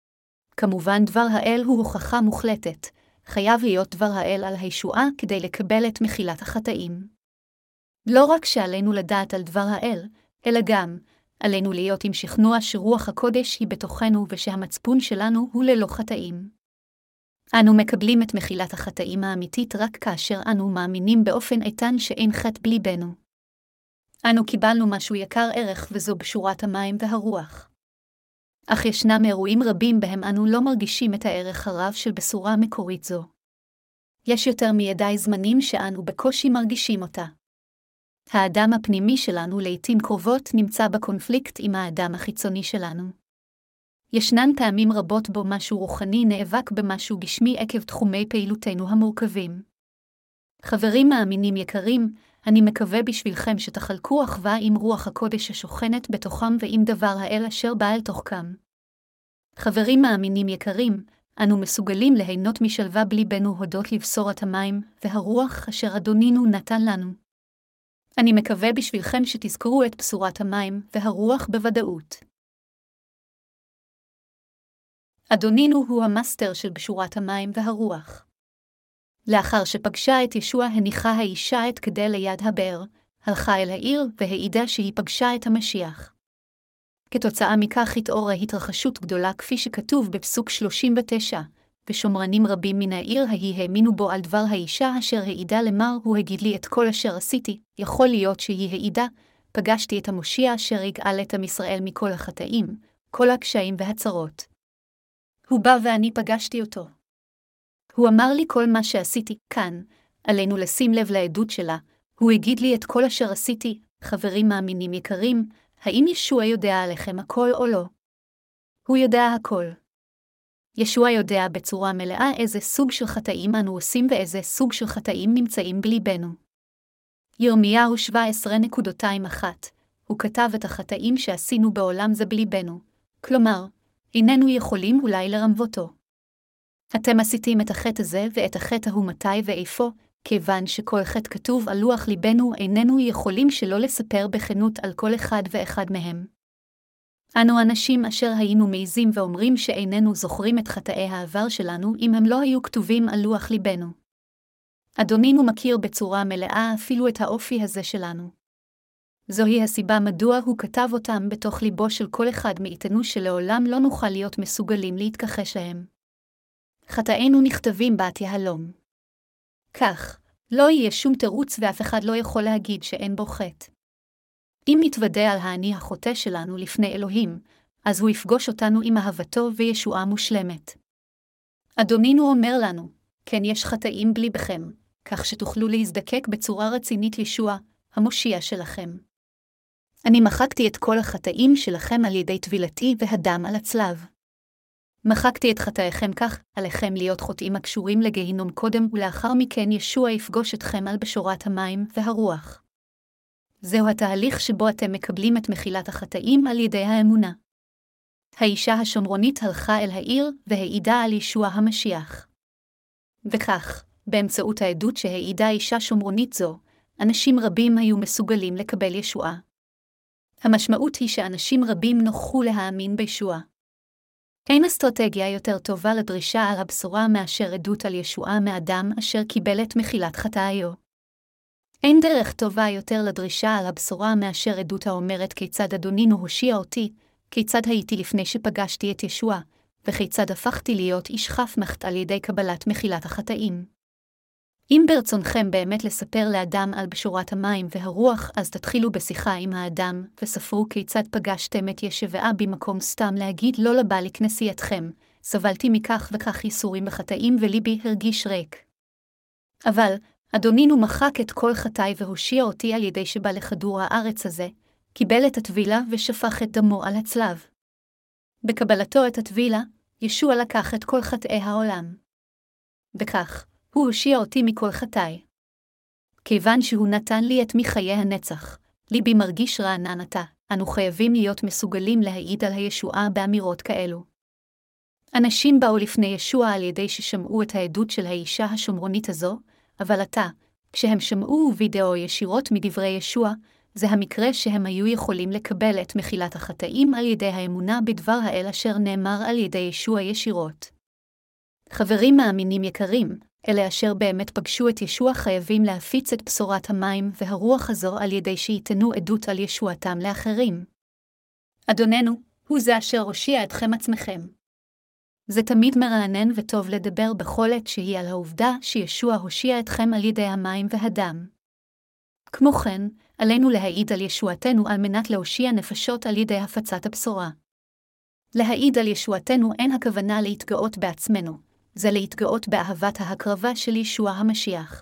כמובן דבר האל הוא הוכחה מוחלטת, חייב להיות דבר האל על הישועה כדי לקבל את מחילת החטאים. לא רק שעלינו לדעת על דבר האל, אלא גם, עלינו להיות עם שכנוע שרוח הקודש היא בתוכנו ושהמצפון שלנו הוא ללא חטאים. אנו מקבלים את מחילת החטאים האמיתית רק כאשר אנו מאמינים באופן איתן שאין חטא בליבנו. אנו קיבלנו משהו יקר ערך וזו בשורת המים והרוח. אך ישנם אירועים רבים בהם אנו לא מרגישים את הערך הרב של בשורה מקורית זו. יש יותר מידי זמנים שאנו בקושי מרגישים אותה. האדם הפנימי שלנו לעתים קרובות נמצא בקונפליקט עם האדם החיצוני שלנו. ישנן פעמים רבות בו משהו רוחני נאבק במשהו גשמי עקב תחומי פעילותנו המורכבים. חברים מאמינים יקרים, אני מקווה בשבילכם שתחלקו אחווה עם רוח הקודש השוכנת בתוכם ועם דבר האל אשר בא אל תוככם. חברים מאמינים יקרים, אנו מסוגלים ליהנות משלווה בליבנו הודות לבשורת המים והרוח אשר אדונינו נתן לנו. אני מקווה בשבילכם שתזכרו את בשורת המים והרוח בוודאות. אדונינו הוא המאסטר של בשורת המים והרוח. לאחר שפגשה את ישוע הניחה האישה את כדי ליד הבאר, הלכה אל העיר והעידה שהיא פגשה את המשיח. כתוצאה מכך התעוררה התרחשות גדולה כפי שכתוב בפסוק 39, ושומרנים רבים מן העיר ההיא האמינו בו על דבר האישה אשר העידה למר הוא הגיד לי את כל אשר עשיתי, יכול להיות שהיא העידה, פגשתי את המושיע אשר יגאל את עם ישראל מכל החטאים, כל הקשיים והצרות. הוא בא ואני פגשתי אותו. הוא אמר לי כל מה שעשיתי, כאן, עלינו לשים לב לעדות שלה, הוא הגיד לי את כל אשר עשיתי, חברים מאמינים יקרים, האם ישוע יודע עליכם הכל או לא? הוא יודע הכל. ישוע יודע בצורה מלאה איזה סוג של חטאים אנו עושים ואיזה סוג של חטאים נמצאים בליבנו. ירמיהו 17:1, הוא כתב את החטאים שעשינו בעולם זה בליבנו, כלומר, איננו יכולים אולי לרמבותו. אתם עשיתם את החטא הזה ואת החטא ההוא מתי ואיפה, כיוון שכל חטא כתוב על לוח ליבנו, איננו יכולים שלא לספר בכנות על כל אחד ואחד מהם. אנו אנשים אשר היינו מעיזים ואומרים שאיננו זוכרים את חטאי העבר שלנו אם הם לא היו כתובים על לוח ליבנו. אדונינו מכיר בצורה מלאה אפילו את האופי הזה שלנו. זוהי הסיבה מדוע הוא כתב אותם בתוך ליבו של כל אחד מאיתנו שלעולם לא נוכל להיות מסוגלים להתכחש להם. חטאינו נכתבים בת יהלום. כך, לא יהיה שום תירוץ ואף אחד לא יכול להגיד שאין בו חטא. אם נתוודה על האני החוטא שלנו לפני אלוהים, אז הוא יפגוש אותנו עם אהבתו וישועה מושלמת. אדונינו אומר לנו, כן יש חטאים בליבכם, כך שתוכלו להזדקק בצורה רצינית ישוע, המושיע שלכם. אני מחקתי את כל החטאים שלכם על ידי טבילתי והדם על הצלב. מחקתי את חטאיכם כך, עליכם להיות חוטאים הקשורים לגיהינום קודם ולאחר מכן ישוע יפגוש אתכם על בשורת המים והרוח. זהו התהליך שבו אתם מקבלים את מחילת החטאים על ידי האמונה. האישה השומרונית הלכה אל העיר והעידה על ישוע המשיח. וכך, באמצעות העדות שהעידה אישה שומרונית זו, אנשים רבים היו מסוגלים לקבל ישועה. המשמעות היא שאנשים רבים נוכחו להאמין בישוע. אין אסטרטגיה יותר טובה לדרישה על הבשורה מאשר עדות על ישועה מאדם אשר קיבל את מחילת חטאיו. אין דרך טובה יותר לדרישה על הבשורה מאשר עדות האומרת כיצד אדונינו הושיע אותי, כיצד הייתי לפני שפגשתי את ישוע, וכיצד הפכתי להיות איש חף מחטא על ידי קבלת מחילת החטאים. אם ברצונכם באמת לספר לאדם על בשורת המים והרוח, אז תתחילו בשיחה עם האדם, וספרו כיצד פגשתם את ישוע במקום סתם להגיד לא לבא לכנסייתכם, סבלתי מכך וכך ייסורים וחטאים וליבי הרגיש ריק. אבל, אדונינו מחק את כל חטאי והושיע אותי על ידי שבא לכדור הארץ הזה, קיבל את הטבילה ושפך את דמו על הצלב. בקבלתו את הטבילה, ישוע לקח את כל חטאי העולם. בכך, הוא הושיע אותי מכל חטאי. כיוון שהוא נתן לי את מחיי הנצח, ליבי מרגיש רענן עתה, אנו חייבים להיות מסוגלים להעיד על הישועה באמירות כאלו. אנשים באו לפני ישוע על ידי ששמעו את העדות של האישה השומרונית הזו, אבל עתה, כשהם שמעו וידאו ישירות מדברי ישוע, זה המקרה שהם היו יכולים לקבל את מחילת החטאים על ידי האמונה בדבר האל אשר נאמר על ידי ישוע ישירות. חברים מאמינים יקרים, אלה אשר באמת פגשו את ישוע חייבים להפיץ את בשורת המים והרוח הזו על ידי שייתנו עדות על ישועתם לאחרים. אדוננו, הוא זה אשר הושיע אתכם עצמכם. זה תמיד מרענן וטוב לדבר בכל עת שהיא על העובדה שישוע הושיע אתכם על ידי המים והדם. כמו כן, עלינו להעיד על ישועתנו על מנת להושיע נפשות על ידי הפצת הבשורה. להעיד על ישועתנו אין הכוונה להתגאות בעצמנו, זה להתגאות באהבת ההקרבה של ישוע המשיח.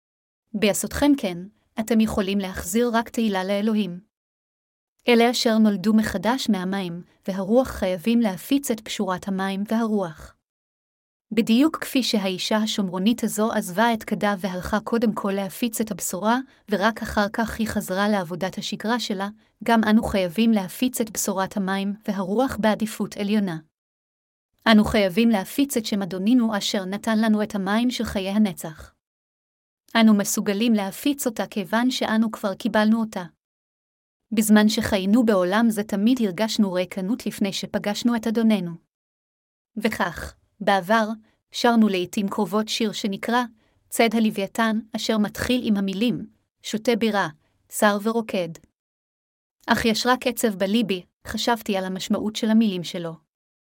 בעשותכם כן, אתם יכולים להחזיר רק תהילה לאלוהים. אלה אשר נולדו מחדש מהמים והרוח חייבים להפיץ את פשורת המים והרוח. בדיוק כפי שהאישה השומרונית הזו עזבה את כדה והלכה קודם כל להפיץ את הבשורה, ורק אחר כך היא חזרה לעבודת השגרה שלה, גם אנו חייבים להפיץ את בשורת המים והרוח בעדיפות עליונה. אנו חייבים להפיץ את שם אדונינו אשר נתן לנו את המים של חיי הנצח. אנו מסוגלים להפיץ אותה כיוון שאנו כבר קיבלנו אותה. בזמן שחיינו בעולם זה תמיד הרגשנו ריקנות לפני שפגשנו את אדוננו. וכך, בעבר, שרנו לעתים קרובות שיר שנקרא צד הלוויתן, אשר מתחיל עם המילים, שותה בירה, שר ורוקד. אך יש רק עצב בליבי, חשבתי על המשמעות של המילים שלו.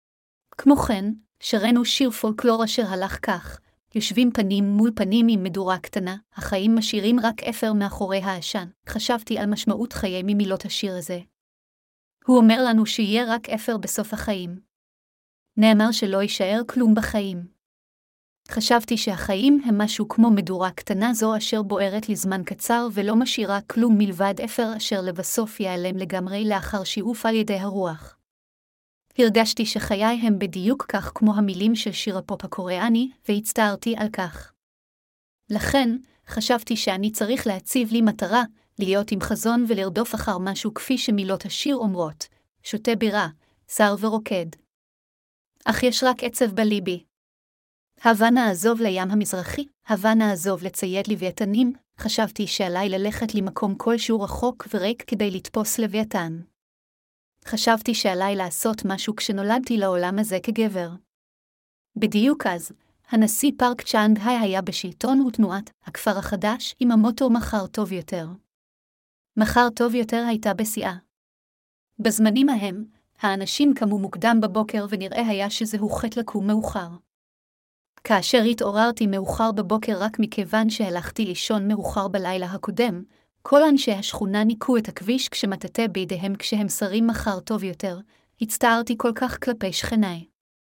כמו כן, שרנו שיר פולקלור אשר הלך כך, יושבים פנים מול פנים עם מדורה קטנה, החיים משאירים רק אפר מאחורי העשן. חשבתי על משמעות חיי ממילות השיר הזה. הוא אומר לנו שיהיה רק אפר בסוף החיים. נאמר שלא יישאר כלום בחיים. חשבתי שהחיים הם משהו כמו מדורה קטנה זו אשר בוערת לזמן קצר ולא משאירה כלום מלבד אפר אשר לבסוף ייעלם לגמרי לאחר שיעוף על ידי הרוח. הרגשתי שחיי הם בדיוק כך כמו המילים של שיר הפופ הקוריאני, והצטערתי על כך. לכן, חשבתי שאני צריך להציב לי מטרה, להיות עם חזון ולרדוף אחר משהו כפי שמילות השיר אומרות, שותה בירה, שר ורוקד. אך יש רק עצב בליבי. הבה נעזוב לים המזרחי, הבה נעזוב לציית לוויתנים, חשבתי שעליי ללכת למקום כלשהו רחוק וריק כדי לתפוס לוויתן. חשבתי שעליי לעשות משהו כשנולדתי לעולם הזה כגבר. בדיוק אז, הנשיא פארק צ'אנג היי היה בשלטון ותנועת הכפר החדש עם המוטו מחר טוב יותר. מחר טוב יותר הייתה בשיאה. בזמנים ההם, האנשים קמו מוקדם בבוקר ונראה היה שזהו חטא לקום מאוחר. כאשר התעוררתי מאוחר בבוקר רק מכיוון שהלכתי לישון מאוחר בלילה הקודם, כל אנשי השכונה ניקו את הכביש כשמטאטא בידיהם כשהם שרים מחר טוב יותר, הצטערתי כל כך כלפי שכניי.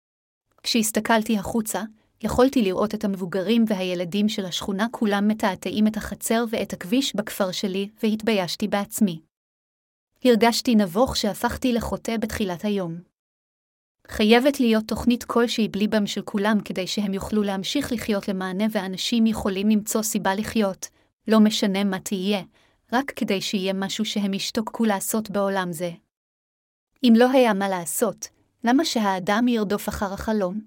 כשהסתכלתי החוצה, יכולתי לראות את המבוגרים והילדים של השכונה כולם מטאטאים את החצר ואת הכביש בכפר שלי, והתביישתי בעצמי. הרגשתי נבוך שהפכתי לחוטא בתחילת היום. חייבת להיות תוכנית כלשהי בליבם של כולם כדי שהם יוכלו להמשיך לחיות למענה ואנשים יכולים למצוא סיבה לחיות, לא משנה מה תהיה, רק כדי שיהיה משהו שהם ישתוקקו לעשות בעולם זה. אם לא היה מה לעשות, למה שהאדם ירדוף אחר החלום?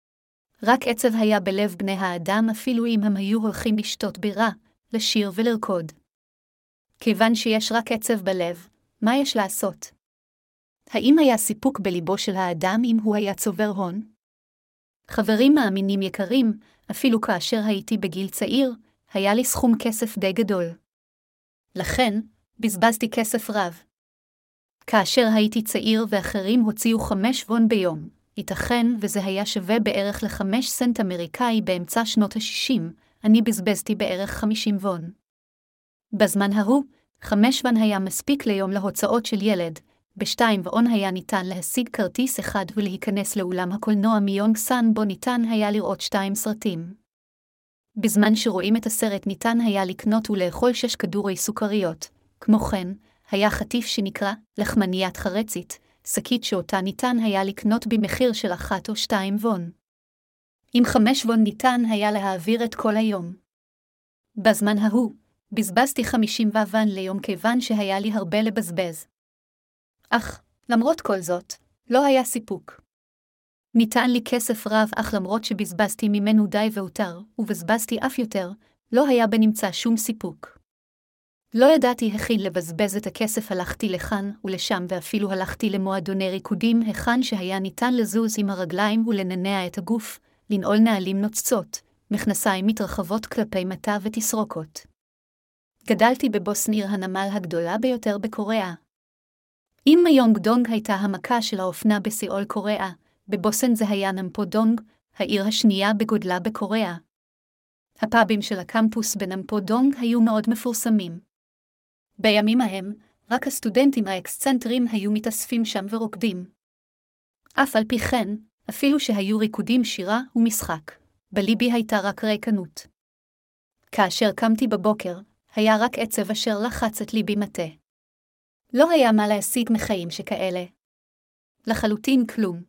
רק עצב היה בלב בני האדם אפילו אם הם היו הולכים לשתות בירה, לשיר ולרקוד. כיוון שיש רק עצב בלב, מה יש לעשות? האם היה סיפוק בליבו של האדם אם הוא היה צובר הון? חברים מאמינים יקרים, אפילו כאשר הייתי בגיל צעיר, היה לי סכום כסף די גדול. לכן, בזבזתי כסף רב. כאשר הייתי צעיר ואחרים הוציאו 5 וון ביום, ייתכן וזה היה שווה בערך ל5 סנט אמריקאי באמצע שנות ה-60, אני בזבזתי בערך 50 וון. בזמן ההוא, 5 וון היה מספיק ליום להוצאות של ילד, ב2 וון היה ניתן להשיג כרטיס אחד ולהיכנס לאולם הקולנוע מיונג סן בו ניתן היה לראות 2 סרטים. בזמן שרואים את הסרט ניתן היה לקנות ולאכול 6 כדורי סוכריות, כמו כן, היה חטיף שנקרא לחמניית חרצית, שקית שאותה ניתן היה לקנות במחיר של 1 או 2 וון. עם 5 וון ניתן היה להעביר את כל היום. בזמן ההוא, בזבזתי 50 וון ליום כיוון שהיה לי הרבה לבזבז. אך, למרות כל זאת, לא היה סיפוק. ניתן לי כסף רב אך למרות שבזבזתי ממנו די והותר, ובזבזתי אף יותר, לא היה בנמצא שום סיפוק. לא ידעתי היכן לבזבז את הכסף, הלכתי לכאן ולשם ואפילו הלכתי למועדוני ריקודים היכן שהיה ניתן לזוז עם הרגליים ולננע את הגוף, לנעול נעלים נוצצות, מכנסיים מתרחבות כלפי מטה ותסרוקות. גדלתי בבוסניר, הנמל הגדולה ביותר בקוריאה. אם מיונג דונג הייתה המכה של האופנה בסיאול קוריאה, בבוסן זה היה נמפודונג, העיר השנייה בגודלה בקוריאה. הפאבים של הקמפוס בנמפודונג היו מאוד מפורסמים. בימים ההם, רק הסטודנטים האקסצנטרים היו מתאספים שם ורוקדים. אף על פי כן, אפילו שהיו ריקודים, שירה ומשחק, בליבי הייתה רק ריקנות. כאשר קמתי בבוקר, היה רק עצב אשר לחץ את ליבי מטה. לא היה מה להשיג מחיים שכאלה. לחלוטין כלום.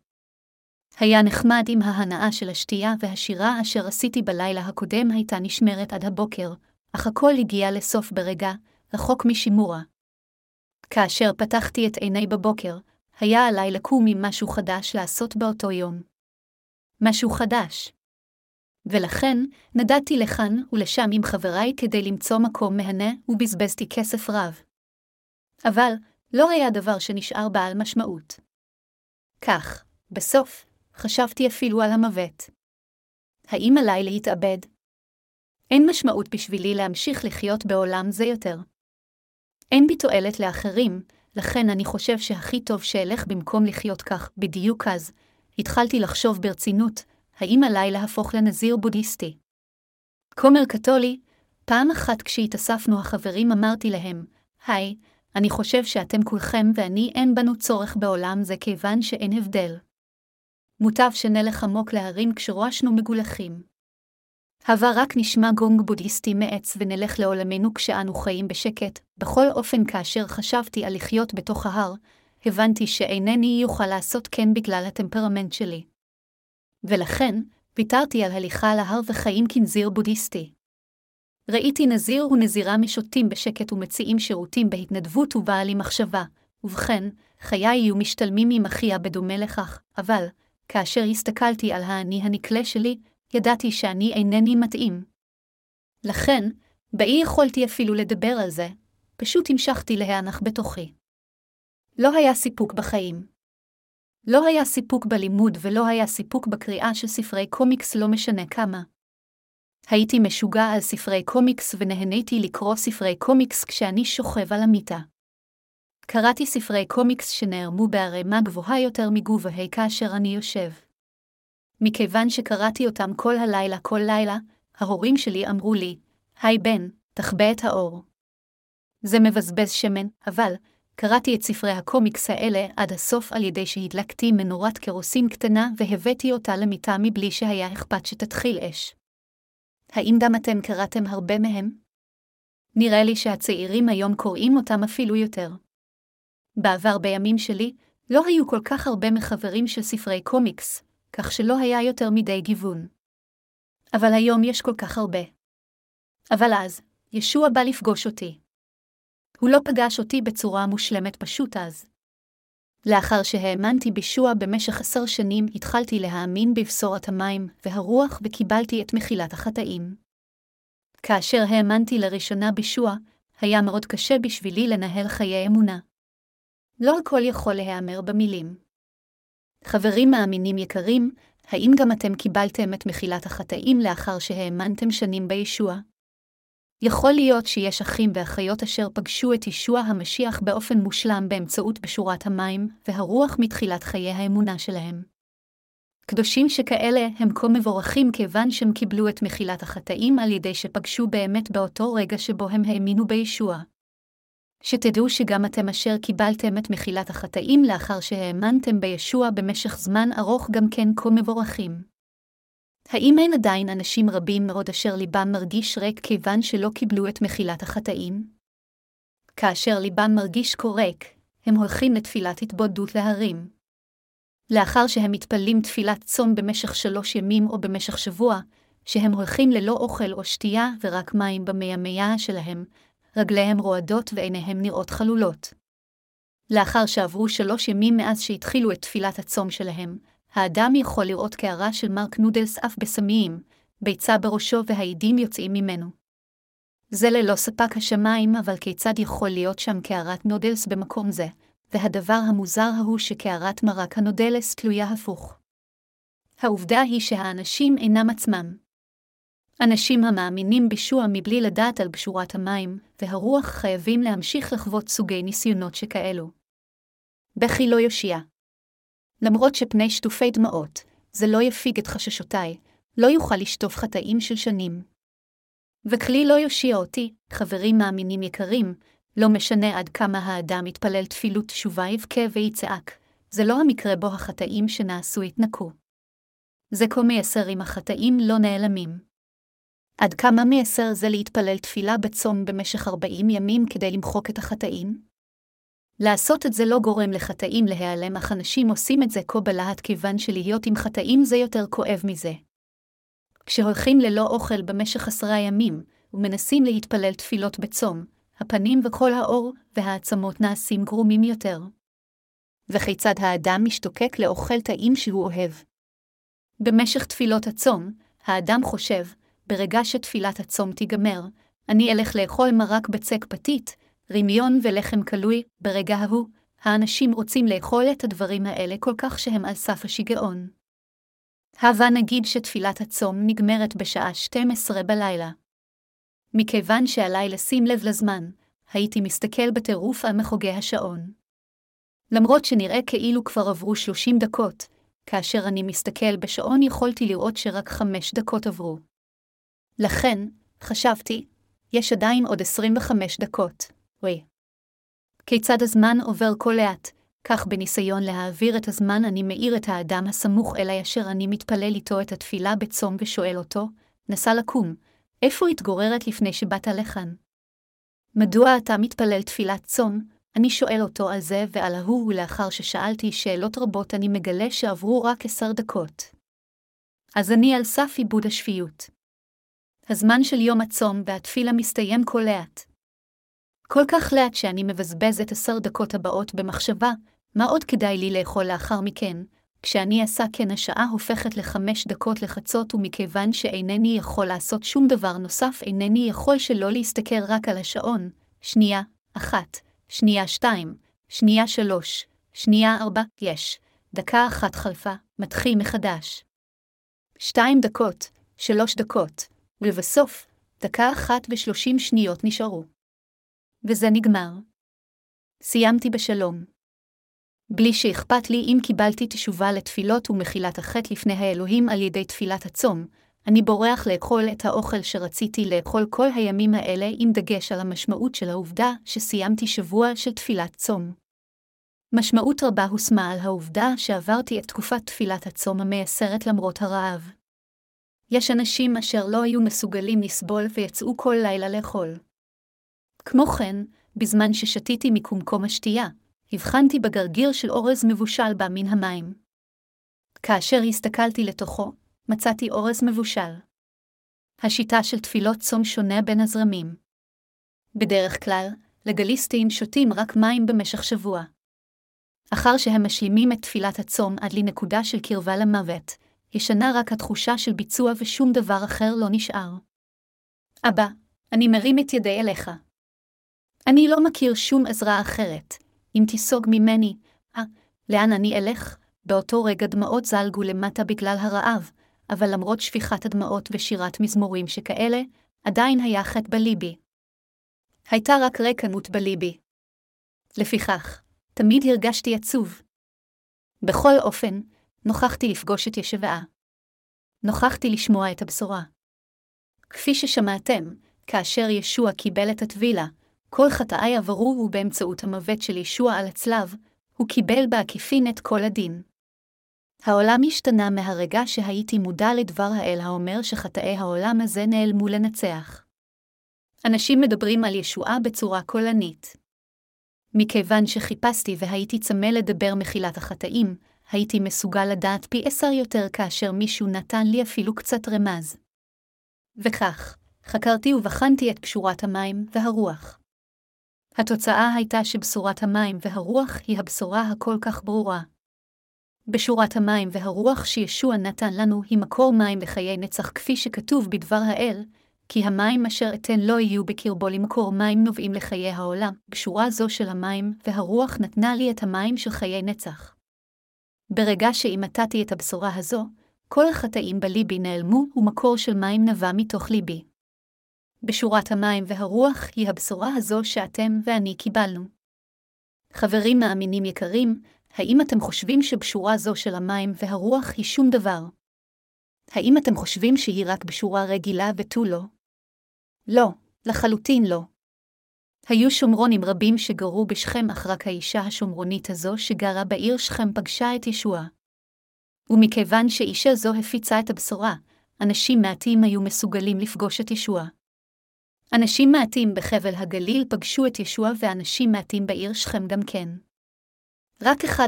היה נחמד עם ההנאה של השתייה והשירה אשר עשיתי בלילה הקודם הייתה נשמרת עד הבוקר, אך הכל הגיע לסוף ברגע, רחוק משימורה. כאשר פתחתי את עיני בבוקר, היה עליי לקום עם משהו חדש לעשות באותו יום. משהו חדש. ולכן, נדדתי לכאן ולשם עם חבריי כדי למצוא מקום מהנה ובזבזתי כסף רב. אבל, לא היה דבר שנשאר בעל משמעות. כך, בסוף, חשבתי אפילו על המוות. האם עליי להתאבד? אין משמעות בשבילי להמשיך לחיות בעולם זה יותר. אין בי תועלת לאחרים, לכן אני חושב שהכי טוב שאלך במקום לחיות כך. בדיוק אז, התחלתי לחשוב ברצינות, האם עליי להפוך לנזיר בודהיסטי. כומר קתולי, פעם אחת כשהתאספנו החברים אמרתי להם, היי, אני חושב שאתם כולכם ואני אין בנו צורך בעולם זה כיוון שאין הבדל. מוטב שנלך עמוק להרים כשרועשנו מגולחים. הווה רק נשמע גונג בודהיסטי מעץ ונלך לעולמנו כשאנו חיים בשקט. בכל אופן כאשר חשבתי על לחיות בתוך ההר, הבנתי שאינני יוכל לעשות כן בגלל הטמפרמנט שלי. ולכן, ויתרתי על הליכה על ההר וחיים כנזיר בודהיסטי. ראיתי נזיר ונזירה משותים בשקט ומציעים שירותים בהתנדבות ובאה לי מחשבה, ובכן, חיי יהיו משתלמים עם אחיה בדומה לכך, אבל, כאשר הסתכלתי על האני הנקלה שלי, ידעתי שאני אינני מתאים. לכן, באי יכולתי אפילו לדבר על זה, פשוט המשכתי להיאנח בתוכי. לא היה סיפוק בחיים. לא היה סיפוק בלימוד ולא היה סיפוק בקריאה של ספרי קומיקס לא משנה כמה. הייתי משוגע על ספרי קומיקס ונהניתי לקרוא ספרי קומיקס כשאני שוכב על המיטה. קראתי ספרי קומיקס שנערמו בערימה גבוהה יותר מגובהי כאשר אני יושב. מכיוון שקראתי אותם כל לילה, ההורים שלי אמרו לי, היי בן, תחבא את האור. זה מבזבז שמן, אבל קראתי את ספרי הקומיקס האלה עד הסוף על ידי שהדלקתי מנורת קרוסין קטנה והבאתי אותה למיטה מבלי שהיה אכפת שתתחיל אש. האם גם אתם קראתם הרבה מהם? נראה לי שהצעירים היום קוראים אותם אפילו יותר. בעבר בימים שלי, לא היו כל כך הרבה מחברים של ספרי קומיקס, כך שלא היה יותר מדי גיוון. אבל היום יש כל כך הרבה. אבל אז, ישוע בא לפגוש אותי. הוא לא פגש אותי בצורה מושלמת פשוט אז. לאחר שהאמנתי בישוע במשך 10 שנים, התחלתי להאמין בבשורת המים והרוח וקיבלתי את מחילת החטאים. כאשר האמנתי לראשונה בישוע, היה מאוד קשה בשבילי לנהל חיי אמונה. לא הכל יכול להיאמר במילים. חברים מאמינים יקרים, האם גם אתם קיבלתם את מחילת החטאים לאחר שהאמנתם שנים בישוע? יכול להיות שיש אחים ואחיות אשר פגשו את ישוע המשיח באופן מושלם באמצעות בשורת המים והרוח מתחילת חיי האמונה שלהם. קדושים שכאלה הם כה מבורכים כיוון שהם קיבלו את מחילת החטאים על ידי שפגשו באמת באותו רגע שבו הם האמינו בישוע. שתדעו שגם אתם אשר קיבלתם את מחילת החטאים לאחר שהאמנתם בישוע במשך זמן ארוך גם כן כה מבורכים. האם אין עדיין אנשים רבים מאוד אשר ליבם מרגיש ריק כיוון שלא קיבלו את מחילת החטאים? כאשר ליבם מרגיש כה ריק, הם הולכים לתפילת התבודדות להרים. לאחר שהם מתפללים תפילת צום במשך 3 ימים או במשך שבוע, שהם הולכים ללא אוכל או שתייה ורק מים במיה שלהם, רגליהם רועדות ועיניהם נראות חלולות. לאחר שעברו 3 ימים מאז שהתחילו את תפילת הצום שלהם, האדם יכול לראות קערה של מרק נודלס אף בסמיים, ביצה בראשו והעידים יוצאים ממנו. זה ללא ספק השמיים, אבל כיצד יכול להיות שם קערת נודלס במקום זה, והדבר המוזר הוא שקערת מרק הנודלס תלויה הפוך. העובדה היא שהאנשים אינם עצמם. אנשים המאמינים בישוע מבלי לדעת על בשורת המים והרוח חייבים להמשיך לחוות סוגי ניסיונות שכאלו. בכי לא יושיע. למרות שפני שטופי דמעות, זה לא יפיג את חששותיי, לא יוכל לשטוף חטאים של שנים. וכלי לא יושיע אותי, חברים מאמינים יקרים, לא משנה עד כמה האדם יתפלל תפילות תשובה יבכה ויצעק, זה לא המקרה בו החטאים שנעשו יתנקו. זה כה מייסר אם החטאים לא נעלמים. עד כמה מייסר זה להתפלל תפילה בצום במשך 40 ימים כדי למחוק את החטאים? לעשות את זה לא גורם לחטאים להיעלם, אך אנשים עושים את זה כה בלהט כיוון שלהיות עם חטאים זה יותר כואב מזה. כשהולכים ללא אוכל במשך 10 ימים, ומנסים להתפלל תפילות בצום, הפנים וכל האור והעצמות נעשים גרומים יותר. וכיצד האדם משתוקק לאוכל טעים שהוא אוהב. במשך תפילות הצום, האדם חושב, ברגע שתפילת הצום תיגמר, אני אלך לאכול מרק בצק פתית, רמיון ולחם קלוי. ברגע ההוא, האנשים רוצים לאכול את הדברים האלה כל כך שהם על סף השיגעון. הווה נגיד שתפילת הצום נגמרת בשעה 12 בלילה. מכיוון שעליי לשים לב לזמן, הייתי מסתכל בטירוף על מחוגי השעון. למרות שנראה כאילו כבר עברו 30 דקות, כאשר אני מסתכל בשעון יכולתי לראות שרק 5 דקות עברו. לכן, חשבתי, יש עדיין עוד 25 דקות. וואי. כיצד הזמן עובר כה לאט, כך בניסיון להעביר את הזמן אני מאיר את האדם הסמוך אליי אשר אני מתפלל איתו את התפילה בצום ושואל אותו, נסה לקום, איפה התגוררת לפני שבאת לכאן? מדוע אתה מתפלל תפילת צום? אני שואל אותו על זה ועל ההוא, ולאחר ששאלתי שאלות רבות אני מגלה שעברו רק 10 דקות. אז אני על סף איבוד השפיות. הזמן של יום הצום והתפילה מסתיים כה לאט. כל כך לאט שאני מבזבז את 10 דקות הבאות במחשבה, מה עוד כדאי לי לאכול לאחר מכן, כשאני עשה כן השעה הופכת ל5 לחצות ומכיוון שאינני יכול לעשות שום דבר נוסף אינני יכול שלא להסתכל רק על השעון, שנייה 1, שנייה 2, שנייה 3, שנייה 4, יש, דקה 1 חלפה, מתחיל מחדש. 2 דקות, 3 דקות, ולבסוף, דקה 1:30 נשארו. וזה נגמר. סיימתי בשלום. בלי שאכפת לי אם קיבלתי תשובה לתפילות ומחילת החטא לפני האלוהים על ידי תפילת הצום, אני בורח לאכול את האוכל שרציתי לאכול כל הימים האלה עם דגש על המשמעות של העובדה שסיימתי שבוע של תפילת צום. משמעות רבה הושמה על העובדה שעברתי את תקופת תפילת הצום המייסרת למרות הרעב. יש אנשים אשר לא היו מסוגלים לסבול ויצאו כל לילה לאכול. כמו כן, בזמן ששתיתי מקומקום השתייה, הבחנתי בגרגיר של אורז מבושל בה מן המים. כאשר הסתכלתי לתוכו, מצאתי אורז מבושל. השיטה של תפילות צום שונה בין הזרמים. בדרך כלל, לגליסטים שותים רק מים במשך שבוע. אחר שהם משלימים את תפילת הצום עד לנקודה של קרבה למוות, ישנה רק התחושה של ביצוע ושום דבר אחר לא נשאר. אבא, אני מרים את ידי אליך. אני לא מכיר שום עזרה אחרת. אם תיסוג ממני, לאן אני אלך? באותו רגע דמעות זלגו למטה בגלל הרעב, אבל למרות שפיכת הדמעות ושירת מזמורים שכאלה, עדיין היה חטא בליבי. הייתה רק ריקנות בליבי. לפיכך, תמיד הרגשתי עצוב. בכל אופן, נוכחתי לפגוש את ישבעה. נוכחתי לשמוע את הבשורה. כפי ששמעתם, כאשר ישוע קיבל את הטבילה, כל חטאי עברו ובאמצעות המוות של ישוע על הצלב, הוא קיבל בעקיפין את כל הדין. העולם השתנה מהרגע שהייתי מודע לדבר האל האומר שחטאי העולם הזה נעלמו לנצח. אנשים מדברים על ישועה בצורה קולנית. מכיוון שחיפשתי והייתי צמא לדבר מחילת החטאים, הייתי מסוגל לדעת פי 10 יותר כאשר מישהו נתן לי אפילו קצת רמז. וכך, חקרתי ובחנתי את בשורת המים והרוח. התוצאה הייתה שבשורת המים והרוח היא הבשורה הכל כך ברורה. בשורת המים והרוח שישוע נתן לנו היא מקור מים לחיי נצח כפי שכתוב בדבר האל, כי המים אשר אתן לא יהיו בקרבו למקור מים נובעים לחיי העולם. בשורה זו של המים והרוח נתנה לי את המים של חיי נצח. ברגע שאימתתי את הבשורה הזו, כל החטאים בליבי נעלמו ומקור של מים נבע מתוך ליבי. בשורת המים והרוח היא הבשורה הזו שאתם ואני קיבלנו. חברים מאמינים יקרים, האם אתם חושבים שבשורה זו של המים והרוח היא שום דבר? האם אתם חושבים שהיא רק בשורה רגילה ותו לא? לא, לחלוטין לא. היו שומרונים רבים שגרו בשכם אך רק האישה השומרונית הזו שגרה בעיר שכם פגשה את ישוע. ומכיוון שאישה זו הפיצה את הבשורה, אנשים מעטים היו מסוגלים לפגוש את ישוע. אנשים מעטים בחבל הגליל פגשו את ישוע ואנשים מעטים בעיר שכם גם כן. רק 1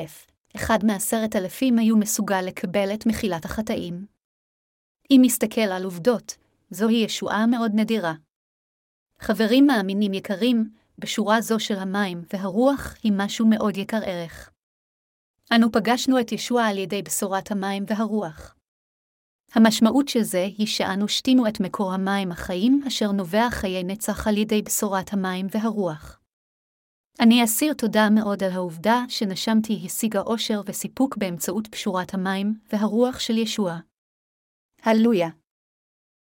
מ10,000 היו מסוגל לקבל את מחילת החטאים. אם מסתכל על עובדות, זוהי ישועה מאוד נדירה. חברים מאמינים יקרים, בשורה זו של המים והרוח היא משהו מאוד יקר ערך. אנו פגשנו את ישוע על ידי בשורת המים והרוח. המשמעות של זה היא שאנו שתינו את מקור המים החיים אשר נובע חיי נצח על ידי בשורת המים והרוח. אני אסיר תודה מאוד על העובדה שנשמתי השיגה אושר וסיפוק באמצעות בשורת המים והרוח של ישוע. הללויה.